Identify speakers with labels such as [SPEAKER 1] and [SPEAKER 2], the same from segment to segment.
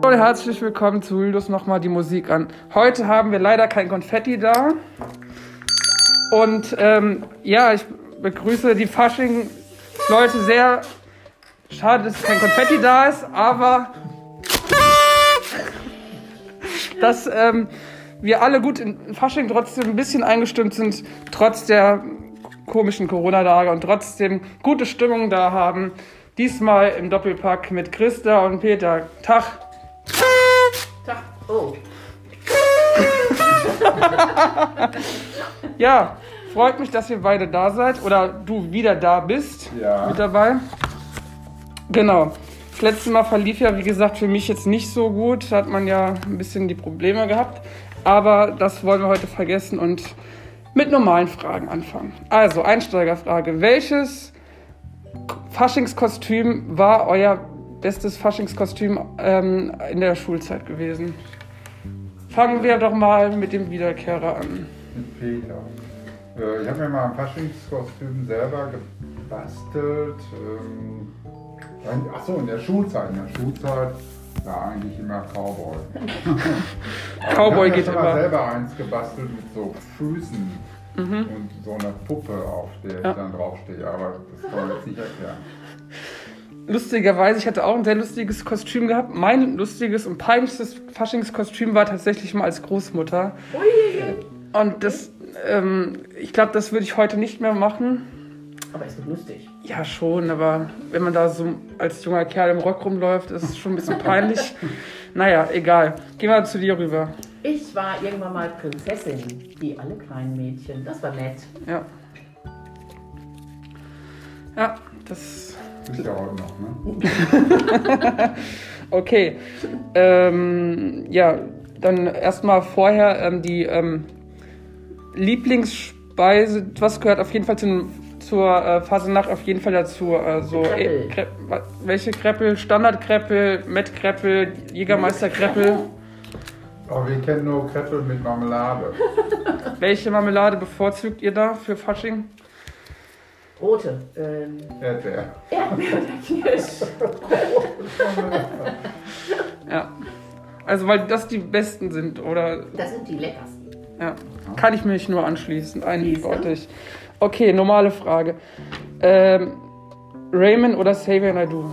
[SPEAKER 1] Hallo, herzlich willkommen zu Hüldus nochmal die Musik an. Heute haben wir leider kein Konfetti da. Und ich begrüße die Fasching-Leute sehr. Schade, dass kein Konfetti da ist, aber dass wir alle gut in Fasching trotzdem ein bisschen eingestimmt sind, trotz der komischen Corona-Lage und trotzdem gute Stimmung da haben. Diesmal im Doppelpack mit Christa und Peter. Tag.
[SPEAKER 2] Tag. Oh.
[SPEAKER 1] Ja, freut mich, dass ihr beide da seid oder du wieder da bist.
[SPEAKER 3] Ja.
[SPEAKER 1] Mit dabei. Genau. Das letzte Mal verlief ja, wie gesagt, für mich jetzt nicht so gut. Da hat man ja ein bisschen die Probleme gehabt. Aber das wollen wir heute vergessen und mit normalen Fragen anfangen. Also, Einsteigerfrage. Welches Faschingskostüm war euer bestes Faschingskostüm in der Schulzeit gewesen? Fangen wir doch mal mit dem Wiederkehrer an.
[SPEAKER 3] Mit Peter. Ich habe mir mal ein Faschingskostüm selber gebastelt. Achso, in der Schulzeit. In der Schulzeit war eigentlich immer Cowboy.
[SPEAKER 1] Cowboy geht
[SPEAKER 3] immer. Ich habe
[SPEAKER 1] immer.
[SPEAKER 3] selber eins gebastelt mit so Füßen und so einer Puppe, auf der ich dann draufstehe. Aber das kann man jetzt nicht erklären.
[SPEAKER 1] Lustigerweise, ich hatte auch ein sehr lustiges Kostüm gehabt. Mein lustiges und peinlichstes Faschingskostüm war tatsächlich mal als Großmutter. Und das, ich glaube, das würde ich heute nicht mehr machen.
[SPEAKER 2] Aber ist doch lustig.
[SPEAKER 1] Ja, schon, aber wenn man da so als junger Kerl im Rock rumläuft, ist es schon ein bisschen peinlich. Naja, egal. Gehen wir zu dir rüber.
[SPEAKER 2] Ich war irgendwann mal Prinzessin, wie alle kleinen Mädchen. Das war nett.
[SPEAKER 1] Ja. Ja, das...
[SPEAKER 3] Ist ja heute noch, ne?
[SPEAKER 1] Okay. Ja, dann erstmal vorher die Lieblingsspeise. Was gehört auf jeden Fall zur Fasenacht auf jeden Fall dazu? Welche Kreppel? Standardkreppel, Mettkreppel, Jägermeisterkreppel?
[SPEAKER 3] Oh, wir kennen nur Kreppel mit Marmelade.
[SPEAKER 1] Welche Marmelade bevorzugt ihr da für Fasching?
[SPEAKER 2] Rote.
[SPEAKER 3] Erdbeer.
[SPEAKER 2] Erdbeer oder Kirsch.
[SPEAKER 1] Ja. Also, weil das die besten sind, oder?
[SPEAKER 2] Das sind die leckersten.
[SPEAKER 1] Ja. Kann ich mich nur anschließen. Eindeutig. Okay, normale Frage. Raymond oder Xavier Naidoo?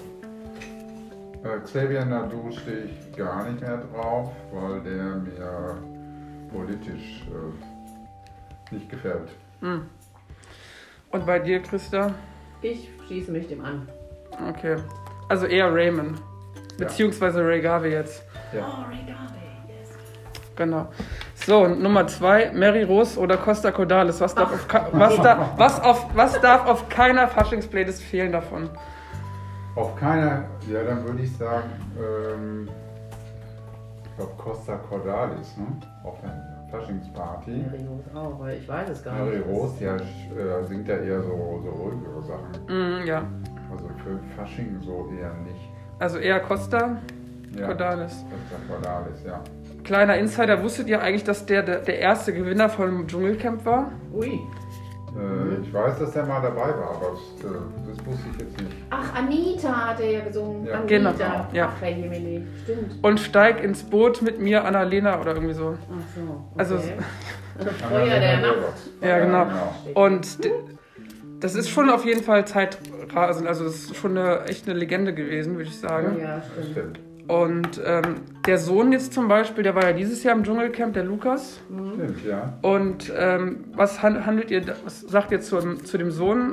[SPEAKER 3] Xavier Naidoo stehe ich gar nicht mehr drauf, weil der mir politisch nicht gefällt.
[SPEAKER 1] Hm. Und bei dir, Christa?
[SPEAKER 2] Ich schließe mich dem an.
[SPEAKER 1] Okay. Also eher Raymond. Beziehungsweise Ray Garvey jetzt.
[SPEAKER 3] Ja.
[SPEAKER 2] Oh, Ray Garvey, yes.
[SPEAKER 1] Genau. So, Nummer 2, Mary Rose oder Costa Cordalis. Was darf auf keiner Faschingsplaylist fehlen davon?
[SPEAKER 3] Auf keiner, ja, dann würde ich sagen, ich glaube Costa Cordalis, ne? Auf der Faschingsparty.
[SPEAKER 2] Mary Rose auch, weil ich weiß es gar nicht.
[SPEAKER 3] Mary Rose, ja, singt ja eher so ruhigere Sachen.
[SPEAKER 1] Ja.
[SPEAKER 3] Also für Fasching so eher nicht.
[SPEAKER 1] Also eher Costa
[SPEAKER 3] Ja,
[SPEAKER 1] Cordalis.
[SPEAKER 3] Costa Cordalis, ja.
[SPEAKER 1] Kleiner Insider, wusstet ihr eigentlich, dass der erste Gewinner vom Dschungelcamp war?
[SPEAKER 2] Ui.
[SPEAKER 3] Ich weiß, dass der mal dabei war, aber das wusste ich jetzt nicht.
[SPEAKER 2] Ach, Anita hat er ja gesungen.
[SPEAKER 3] Ja.
[SPEAKER 2] Anita.
[SPEAKER 1] Genau, ja.
[SPEAKER 2] Ach, Herr Jemini. Stimmt.
[SPEAKER 1] Und steig ins Boot mit mir, Annalena oder irgendwie so.
[SPEAKER 2] Ach so. Okay.
[SPEAKER 1] Also,
[SPEAKER 2] Feuer der Nacht.
[SPEAKER 1] ja, genau. Und das ist schon auf jeden Fall zeitrasend. Also das ist schon echt eine Legende gewesen, würde ich sagen.
[SPEAKER 2] Ja,
[SPEAKER 3] Das
[SPEAKER 2] stimmt.
[SPEAKER 3] stimmt.
[SPEAKER 1] Und der Sohn jetzt zum Beispiel, der war ja dieses Jahr im Dschungelcamp, der Lukas.
[SPEAKER 3] Stimmt, ja.
[SPEAKER 1] Und was sagt ihr zu dem Sohn?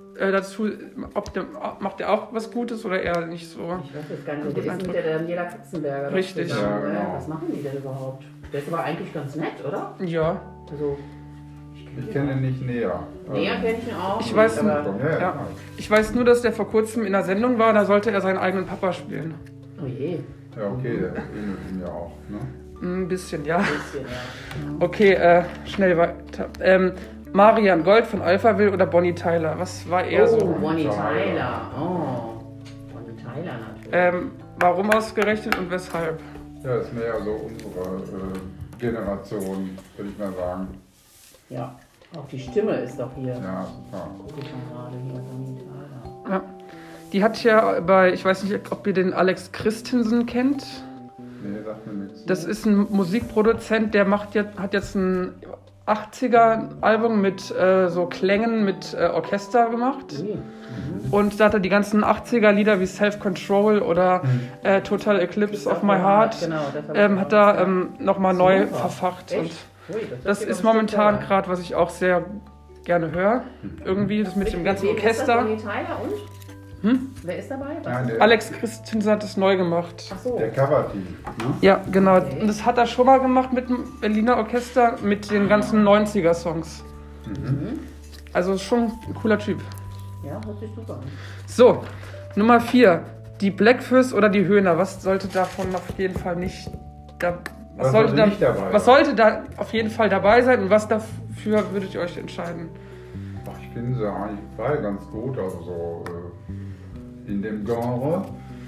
[SPEAKER 1] Macht der auch was Gutes oder eher nicht so?
[SPEAKER 2] Ich weiß jetzt gar nicht, der ist mit der Daniela Katzenberger.
[SPEAKER 1] Richtig.
[SPEAKER 2] zusammen,
[SPEAKER 3] Ja,
[SPEAKER 2] ne?
[SPEAKER 3] genau.
[SPEAKER 2] Was machen die denn überhaupt? Der ist aber eigentlich ganz nett, oder?
[SPEAKER 1] Ja.
[SPEAKER 2] Also,
[SPEAKER 3] Ich kenne ihn nicht näher.
[SPEAKER 2] näher kenne ich ihn auch.
[SPEAKER 1] Ich weiß
[SPEAKER 2] aber,
[SPEAKER 3] Ja.
[SPEAKER 1] Ja. Ich weiß nur, dass der vor kurzem in einer Sendung war, da sollte er seinen eigenen Papa spielen.
[SPEAKER 2] Oh je,
[SPEAKER 3] Ja, okay, der ähnelt ihm ja auch. Ne?
[SPEAKER 1] Ein bisschen, ja.
[SPEAKER 2] ein bisschen, ja.
[SPEAKER 1] Okay, schnell weiter. Marian Gold von Alphaville oder Bonnie Tyler? Was war eher
[SPEAKER 2] Oh,
[SPEAKER 1] so?
[SPEAKER 2] Bonnie
[SPEAKER 3] Tyler.
[SPEAKER 2] Tyler. Oh, Bonnie Tyler natürlich.
[SPEAKER 1] Warum ausgerechnet und weshalb?
[SPEAKER 3] Ja, das ist mehr so unsere Generation, würde ich mal sagen.
[SPEAKER 2] Ja, auch die Stimme ist doch hier.
[SPEAKER 3] Ja, super.
[SPEAKER 2] Guck ich mal gerade hier, Bonnie Tyler.
[SPEAKER 1] Ja. Die hat ja bei, ich weiß nicht, ob ihr den Alex Christensen kennt.
[SPEAKER 3] Nee, sagt mir nichts.
[SPEAKER 1] Das ist ein Musikproduzent, der hat jetzt ein 80er-Album mit so Klängen mit Orchester gemacht. Und da hat er die ganzen 80er-Lieder wie Self-Control oder Total Eclipse of My Heart
[SPEAKER 2] Genau,
[SPEAKER 1] hat da nochmal neu
[SPEAKER 2] Super.
[SPEAKER 1] verfacht.
[SPEAKER 2] Echt?
[SPEAKER 1] Und
[SPEAKER 2] Ui,
[SPEAKER 1] das
[SPEAKER 2] geht
[SPEAKER 1] ist
[SPEAKER 2] aber
[SPEAKER 1] momentan
[SPEAKER 2] bestimmt
[SPEAKER 1] gerade, was ich auch sehr gerne höre. Irgendwie, das mit dem ganzen
[SPEAKER 2] wem ist das?
[SPEAKER 1] Orchester.
[SPEAKER 2] Bonnie Tyler und? Wer ist dabei? Was?
[SPEAKER 3] Nein,
[SPEAKER 1] Alex Christensen hat das neu gemacht.
[SPEAKER 2] Ach so.
[SPEAKER 3] der Cover-Team. Ne?
[SPEAKER 1] Ja, genau. Und das hat er schon mal gemacht mit dem Berliner Orchester, mit den ganzen 90er-Songs. Also ist schon ein cooler Typ.
[SPEAKER 2] Ja, hört sich super an.
[SPEAKER 1] So, Nummer 4. Die Blackfish oder die Höhner. Was sollte davon auf jeden Fall nicht
[SPEAKER 3] Was sollte nicht dabei
[SPEAKER 1] was
[SPEAKER 3] sein?
[SPEAKER 1] sollte da auf jeden Fall dabei sein und was dafür würdet ihr euch entscheiden?
[SPEAKER 3] Ach, ich finde sie eigentlich beide ganz gut, also so in dem Genre.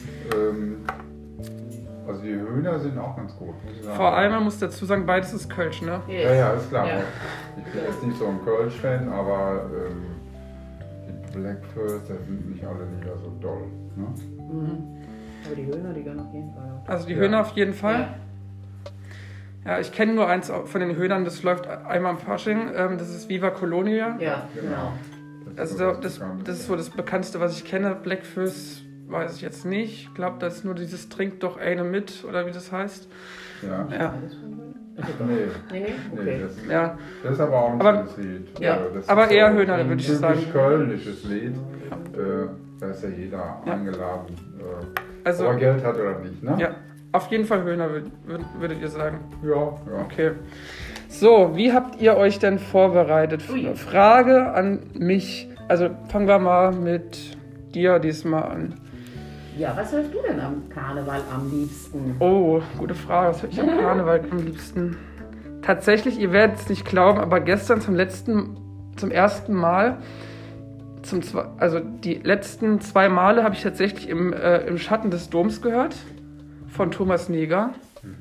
[SPEAKER 3] Also die Höhner sind auch ganz gut, muss ich sagen.
[SPEAKER 1] Vor allem, man muss dazu sagen, beides ist Kölsch, ne?
[SPEAKER 3] Ja, ist klar.
[SPEAKER 2] Ja.
[SPEAKER 3] Ich bin jetzt nicht so ein Kölsch-Fan, aber die Blackfish, da sind nicht alle Lieder so doll. Ne?
[SPEAKER 2] Aber die Höhner, die gehen auf jeden Fall.
[SPEAKER 1] Also die
[SPEAKER 3] Ja.
[SPEAKER 1] Höhner auf jeden Fall.
[SPEAKER 2] Ja.
[SPEAKER 1] Ja, ich kenne nur eins von den Höhnern, das läuft einmal im Fasching. Das ist Viva Colonia.
[SPEAKER 2] Ja, genau.
[SPEAKER 3] Das ist
[SPEAKER 1] Also
[SPEAKER 3] so
[SPEAKER 1] das
[SPEAKER 3] Bekannteste.
[SPEAKER 1] ist so das Bekannteste, was ich kenne. Blackfish weiß ich jetzt nicht. Ich glaube, das ist nur dieses Trink doch eine mit, oder wie das heißt.
[SPEAKER 3] Ja.
[SPEAKER 1] Ja,
[SPEAKER 2] Alles von Höhner?
[SPEAKER 3] Nee.
[SPEAKER 2] Nee, okay.
[SPEAKER 3] Nee,
[SPEAKER 1] ja.
[SPEAKER 3] das ist aber auch ein
[SPEAKER 1] Aber-
[SPEAKER 3] schönes Lied.
[SPEAKER 1] Ja,
[SPEAKER 3] Das ist
[SPEAKER 1] aber
[SPEAKER 3] so
[SPEAKER 1] eher Höhner,
[SPEAKER 3] ein
[SPEAKER 1] würde ich
[SPEAKER 3] typisch
[SPEAKER 1] sagen.
[SPEAKER 3] kölnisches Lied. Da ist ja jeder
[SPEAKER 1] Ja.
[SPEAKER 3] eingeladen.
[SPEAKER 1] Also,
[SPEAKER 3] ob er Geld hat oder nicht, ne?
[SPEAKER 1] ja, auf jeden Fall Höhner, würdet ihr sagen.
[SPEAKER 3] Ja.
[SPEAKER 1] Okay. So, wie habt ihr euch denn vorbereitet?
[SPEAKER 2] Ui.
[SPEAKER 1] Frage an mich. Also fangen wir mal mit dir diesmal an.
[SPEAKER 2] Ja, was hörst du denn am Karneval am liebsten?
[SPEAKER 1] Oh, gute Frage. Was höre ich am Karneval am liebsten? Tatsächlich, ihr werdet es nicht glauben, aber gestern zum ersten Mal, also die letzten 2 Male habe ich tatsächlich im Schatten des Doms gehört von Thomas Neger.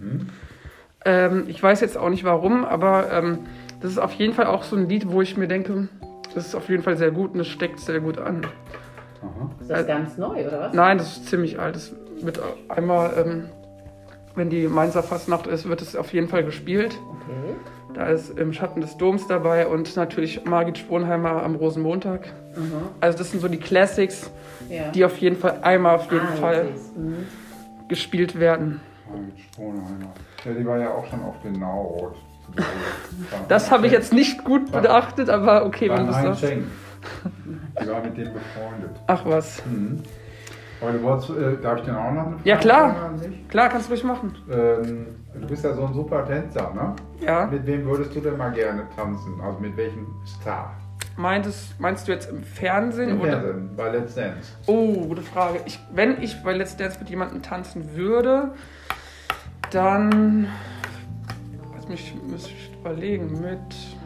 [SPEAKER 1] Ich weiß jetzt auch nicht warum, aber das ist auf jeden Fall auch so ein Lied, wo ich mir denke, das ist auf jeden Fall sehr gut und es steckt sehr gut an.
[SPEAKER 3] Aha.
[SPEAKER 2] Ist das ganz neu, oder was?
[SPEAKER 1] Nein, das ist ziemlich alt. Das wird einmal, wenn die Mainzer Fastnacht ist, wird es auf jeden Fall gespielt.
[SPEAKER 2] Okay.
[SPEAKER 1] Da ist im Schatten des Doms dabei und natürlich Margit Sponheimer am Rosenmontag. Also das sind so die Classics,
[SPEAKER 2] Ja.
[SPEAKER 1] die auf jeden Fall einmal auf jeden Fall
[SPEAKER 2] jetzt seht's.
[SPEAKER 1] gespielt werden.
[SPEAKER 3] Mit Sponheimer. Ja, die war ja auch schon auf den Nauroth.
[SPEAKER 1] Das habe ich jetzt nicht gut beachtet, aber okay, wenn
[SPEAKER 3] Beim
[SPEAKER 1] du es sagst.
[SPEAKER 3] Schenk. Die war mit dem befreundet.
[SPEAKER 1] Ach was.
[SPEAKER 3] Aber du wolltest, darf ich denn auch noch eine Frage
[SPEAKER 1] Ja, klar.
[SPEAKER 3] stellen an dich?
[SPEAKER 1] Klar, kannst du ruhig machen.
[SPEAKER 3] Du bist ja so ein super Tänzer, ne?
[SPEAKER 1] Ja.
[SPEAKER 3] Mit wem würdest du denn mal gerne tanzen? Also mit welchem Star?
[SPEAKER 1] Meinst du jetzt im Fernsehen?
[SPEAKER 3] Im
[SPEAKER 1] oder?
[SPEAKER 3] Fernsehen, bei Let's Dance.
[SPEAKER 1] Oh, gute Frage. Wenn ich bei Let's Dance mit jemandem tanzen würde, dann. Müsste ich überlegen, mit.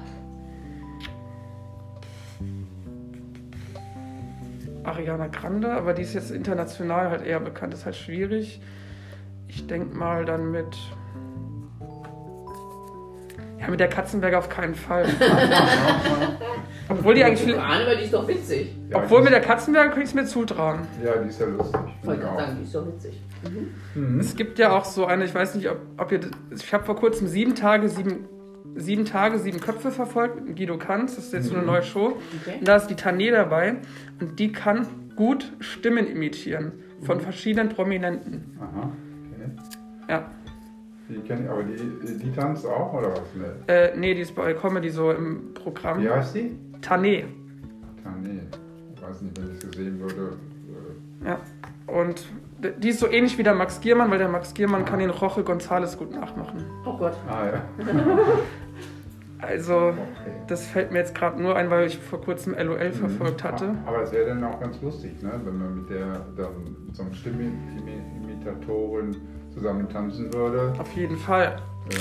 [SPEAKER 1] Ariana Grande, aber die ist jetzt international halt eher bekannt, ist halt schwierig. Ich denke mal dann mit. Ja, mit der Katzenberger auf keinen Fall. Obwohl die eigentlich viel.
[SPEAKER 2] Karneval, die ist doch witzig.
[SPEAKER 3] Ja,
[SPEAKER 1] Obwohl
[SPEAKER 3] die
[SPEAKER 1] mit der Katzenberger könnte ich es mir zutrauen.
[SPEAKER 3] Ja, die ist ja lustig.
[SPEAKER 2] Ich wollte
[SPEAKER 3] Ja.
[SPEAKER 2] gerade sagen, die ist doch witzig.
[SPEAKER 1] Es gibt ja auch so eine, ich weiß nicht, ob ihr. Ich habe vor kurzem 7 Tage, 7 Köpfe verfolgt mit Guido Kanz. Das ist jetzt so eine neue Show.
[SPEAKER 2] Okay.
[SPEAKER 1] Und da ist die Tané dabei und die kann gut Stimmen imitieren von verschiedenen Prominenten.
[SPEAKER 3] Aha, okay.
[SPEAKER 1] Ja.
[SPEAKER 3] Die kenn ich, aber die tanzt auch oder was? Ne?
[SPEAKER 1] Nee, die ist bei Comedy so im Programm.
[SPEAKER 3] Wie heißt die?
[SPEAKER 1] Tané.
[SPEAKER 3] Nee. Ich weiß nicht, wenn ich es gesehen würde.
[SPEAKER 1] Ja. Und die ist so ähnlich wie der Max Giermann, weil der Max Giermann kann den Roche González gut nachmachen.
[SPEAKER 2] Oh Gott.
[SPEAKER 3] Ah ja.
[SPEAKER 1] Also,
[SPEAKER 3] Okay.
[SPEAKER 1] das fällt mir jetzt gerade nur ein, weil ich vor kurzem LOL verfolgt hatte.
[SPEAKER 3] Aber es wäre dann auch ganz lustig, ne? Wenn man mit der dann so einer Stimmimitatorin zusammen tanzen würde.
[SPEAKER 1] Auf jeden Fall.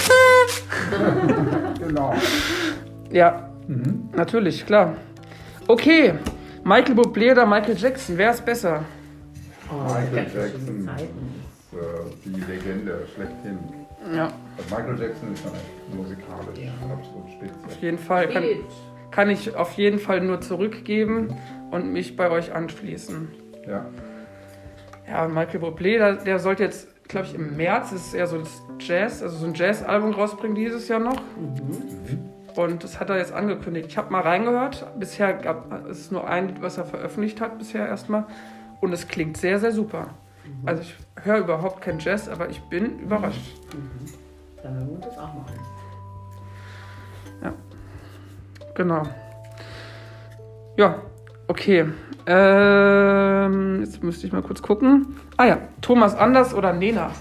[SPEAKER 3] Genau.
[SPEAKER 1] Ja, natürlich, klar. Okay, Michael Bublé oder Michael Jackson, wer ist besser?
[SPEAKER 2] Oh,
[SPEAKER 3] Michael
[SPEAKER 2] ganz verschiedene
[SPEAKER 3] Jackson
[SPEAKER 2] Zeiten.
[SPEAKER 3] ist die Legende schlechthin.
[SPEAKER 1] Ja,
[SPEAKER 3] Also Michael Jackson ist schon echt musikalisch
[SPEAKER 2] Ja.
[SPEAKER 3] absolut
[SPEAKER 1] auf
[SPEAKER 3] spitze.
[SPEAKER 1] jeden Fall.
[SPEAKER 2] Geht.
[SPEAKER 1] Kann ich auf jeden Fall nur zurückgeben und mich bei euch anschließen.
[SPEAKER 3] Ja.
[SPEAKER 1] Ja, Michael Bublé, der sollte jetzt, glaube ich, im März, das ist eher so das Jazz, also so ein Jazz-Album rausbringen dieses Jahr noch. Und das hat er jetzt angekündigt. Ich habe mal reingehört. Bisher ist es nur ein Lied, was er veröffentlicht hat, bisher erstmal. Und es klingt sehr, sehr super. Also ich höre überhaupt kein Jazz, aber ich bin überrascht.
[SPEAKER 2] Dann hören wir uns das auch mal an.
[SPEAKER 1] Ja, genau. Ja, okay. Jetzt müsste ich mal kurz gucken. Ah ja, Thomas Anders oder Nena?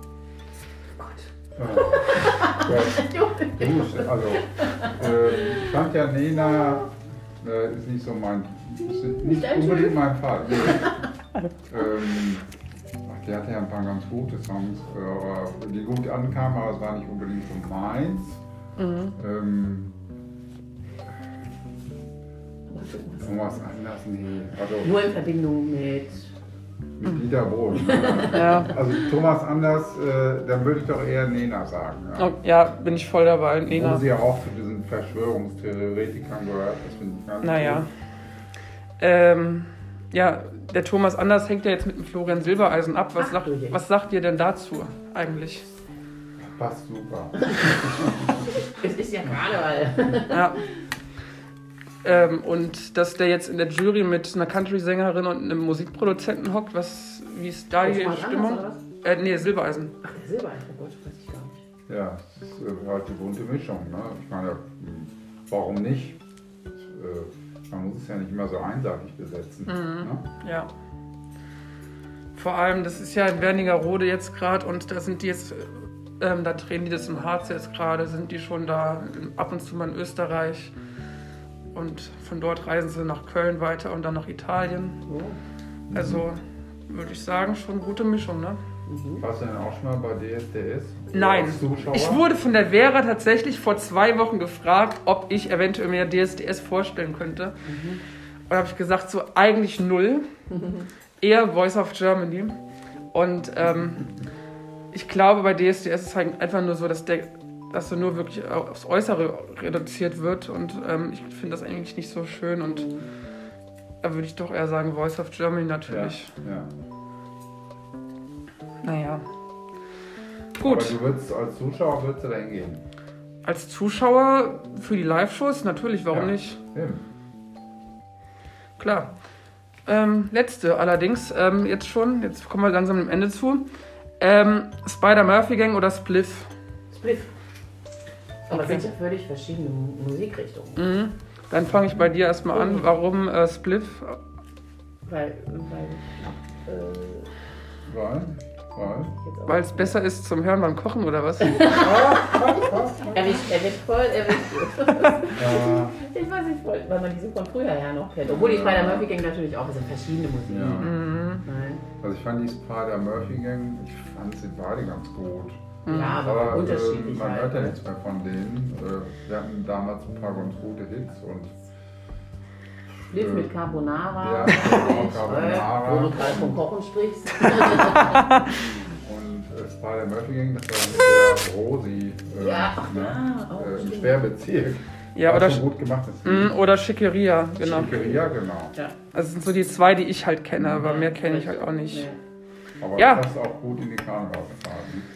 [SPEAKER 3] Also, ich fand ja Nena ist nicht so nicht unbedingt mein Fall. Die hatte ja ein paar ganz gute Songs, die gut ankamen, aber es war nicht unbedingt so meins. Thomas Anders, nee. Also,
[SPEAKER 2] Nur in Verbindung mit
[SPEAKER 3] Dieter Bohlen.
[SPEAKER 1] Ja.
[SPEAKER 3] Also Thomas Anders, dann würde ich doch eher Nena sagen. Ja.
[SPEAKER 1] Oh, ja, bin ich voll dabei,
[SPEAKER 3] Wo
[SPEAKER 1] Nena.
[SPEAKER 3] sie ja auch zu diesen Verschwörungstheoretikern gehört, das finde ich ganz
[SPEAKER 1] Naja.
[SPEAKER 3] gut.
[SPEAKER 1] Ja, der Thomas Anders hängt ja jetzt mit dem Florian Silbereisen ab.
[SPEAKER 2] Ach,
[SPEAKER 1] Was sagt ihr denn dazu eigentlich?
[SPEAKER 3] Passt super.
[SPEAKER 2] Es ist ja Karneval.
[SPEAKER 1] Ja. Und dass der jetzt in der Jury mit einer Country-Sängerin und einem Musikproduzenten hockt, wie ist da die
[SPEAKER 2] Thomas
[SPEAKER 1] Stimmung?
[SPEAKER 2] Anders, oder was?
[SPEAKER 1] Nee, Silbereisen.
[SPEAKER 2] Ach, der Silbereisen, Gott, weiß ich gar nicht.
[SPEAKER 3] Ja, es ist halt die bunte Mischung. Ne? Ich meine, warum nicht? Man muss es ja nicht immer so einseitig besetzen. Ne?
[SPEAKER 1] Ja. Vor allem, das ist ja in Wernigerode jetzt gerade und da sind die jetzt, da drehen die das im Harz jetzt gerade, sind die schon da, ab und zu mal in Österreich. Und von dort reisen sie nach Köln weiter und dann nach Italien. Also würde ich sagen, schon gute Mischung, ne?
[SPEAKER 3] Warst du denn auch schon mal bei DSDS?
[SPEAKER 1] Nein,
[SPEAKER 3] Als Zuschauer?
[SPEAKER 1] ich wurde von der Vera tatsächlich vor 2 Wochen gefragt, ob ich eventuell mir DSDS vorstellen könnte. Und da habe ich gesagt, so eigentlich 0. Eher Voice of Germany. Und ich glaube, bei DSDS ist es halt einfach nur so, dass so nur wirklich aufs Äußere reduziert wird. Und ich finde das eigentlich nicht so schön. Und da würde ich doch eher sagen, Voice of Germany natürlich.
[SPEAKER 3] Ja.
[SPEAKER 1] Naja. Gut.
[SPEAKER 3] Aber du würdest als Zuschauer da hingehen?
[SPEAKER 1] Als Zuschauer für die Live-Shows natürlich, warum
[SPEAKER 3] Ja.
[SPEAKER 1] nicht?
[SPEAKER 3] Eben.
[SPEAKER 1] Klar. Letzte allerdings, jetzt kommen wir langsam dem Ende zu. Spider-Murphy-Gang oder Spliff?
[SPEAKER 2] Spliff. Aber
[SPEAKER 1] Okay.
[SPEAKER 2] es sind ja völlig verschiedene Musikrichtungen.
[SPEAKER 1] Dann fange ich bei dir erstmal an. Warum Spliff?
[SPEAKER 2] Weil
[SPEAKER 1] Weil es besser ist zum Hören beim Kochen oder was?
[SPEAKER 2] erwischt voll. Ich weiß nicht voll, weil man die so von früher ja noch kennt. Obwohl die Spider-Murphy Gang natürlich auch, es sind verschiedene Musik.
[SPEAKER 3] Ja.
[SPEAKER 2] Nein.
[SPEAKER 3] Also ich fand die Spider-Murphy-Gang, ich fand sie beide ganz gut.
[SPEAKER 2] Ja, aber unterschiedlich
[SPEAKER 3] man
[SPEAKER 2] halt.
[SPEAKER 3] hört ja nichts mehr von denen. Wir hatten damals ein paar ganz gute Hits und
[SPEAKER 2] Spliff mit Carbonara.
[SPEAKER 3] Ja, genau, Carbonara.
[SPEAKER 2] Wo du gerade vom Kochen sprichst.
[SPEAKER 3] und Spider-Murphy-Gang, das war mit der Rosi
[SPEAKER 2] Ja.
[SPEAKER 3] im
[SPEAKER 2] Stimmt.
[SPEAKER 3] Sperrbezirk.
[SPEAKER 1] Ja,
[SPEAKER 3] War
[SPEAKER 1] oder,
[SPEAKER 3] schon gut gemacht, das Lied.
[SPEAKER 1] oder Schickeria, genau.
[SPEAKER 3] Schickeria, genau.
[SPEAKER 2] Ja.
[SPEAKER 1] Also das sind so die 2, die ich halt kenne, aber mehr kenne ich halt auch nicht.
[SPEAKER 2] Nee.
[SPEAKER 3] Aber
[SPEAKER 1] Ja.
[SPEAKER 3] das passt auch gut in die Karnevalszeiten.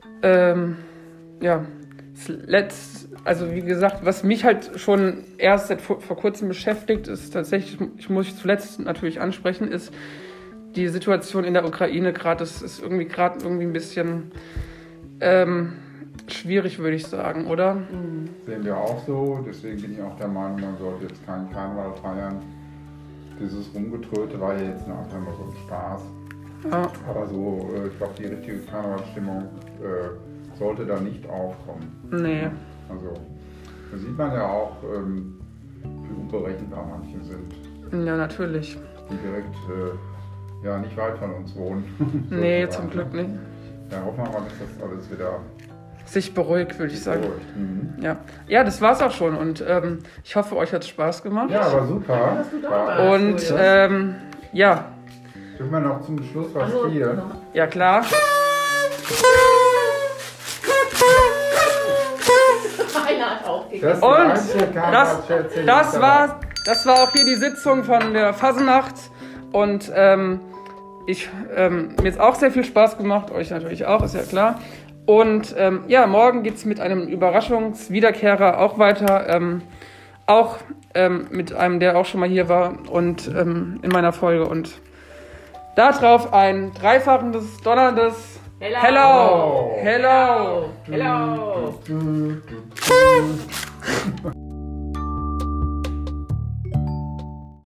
[SPEAKER 1] Ja, also wie gesagt, was mich halt schon erst seit vor kurzem beschäftigt, ist tatsächlich, ich muss zuletzt natürlich ansprechen, ist die Situation in der Ukraine gerade. Das ist irgendwie gerade ein bisschen schwierig, würde ich sagen, oder?
[SPEAKER 3] Sehen wir auch so, deswegen bin ich auch der Meinung, man sollte jetzt keinen Karneval feiern. Dieses Rumgetröte war ja jetzt nur einfach nur so ein Spaß.
[SPEAKER 1] Ja.
[SPEAKER 3] Aber so, ich glaube, die richtige Karnevalsstimmung sollte da nicht aufkommen.
[SPEAKER 1] Nee.
[SPEAKER 3] Also, da sieht man ja auch, wie unberechenbar manche sind,
[SPEAKER 1] Ja, natürlich.
[SPEAKER 3] die direkt nicht weit von uns wohnen.
[SPEAKER 1] Nee,
[SPEAKER 3] sozusagen.
[SPEAKER 1] zum Glück nicht.
[SPEAKER 3] Ja, hoffen wir mal, dass das alles wieder
[SPEAKER 1] Sich beruhigt, würde ich sagen.
[SPEAKER 3] beruhigt. Mhm.
[SPEAKER 1] Ja, das war's auch schon und ich hoffe, euch hat es Spaß gemacht.
[SPEAKER 3] Ja, aber super.
[SPEAKER 2] dass du da
[SPEAKER 3] War-
[SPEAKER 2] warst.
[SPEAKER 1] Und ja,
[SPEAKER 3] Dürfen wir noch zum Schluss was
[SPEAKER 2] Also,
[SPEAKER 3] spielen?
[SPEAKER 1] ja klar.
[SPEAKER 2] Einer hat aufgegeben.
[SPEAKER 3] Das ist
[SPEAKER 1] Und
[SPEAKER 3] die einzige Karnevalsschätzung, die ich
[SPEAKER 1] das
[SPEAKER 3] da
[SPEAKER 1] war auch hier die Sitzung von der Fasnacht. Und mir jetzt auch sehr viel Spaß gemacht, euch natürlich auch, ist ja klar. Und ja, morgen geht's mit einem Überraschungswiederkehrer auch weiter. Auch mit einem, der auch schon mal hier war und in meiner Folge. Und darauf ein dreifaches, donnerndes
[SPEAKER 2] Hello!
[SPEAKER 1] Hello!
[SPEAKER 2] Hello!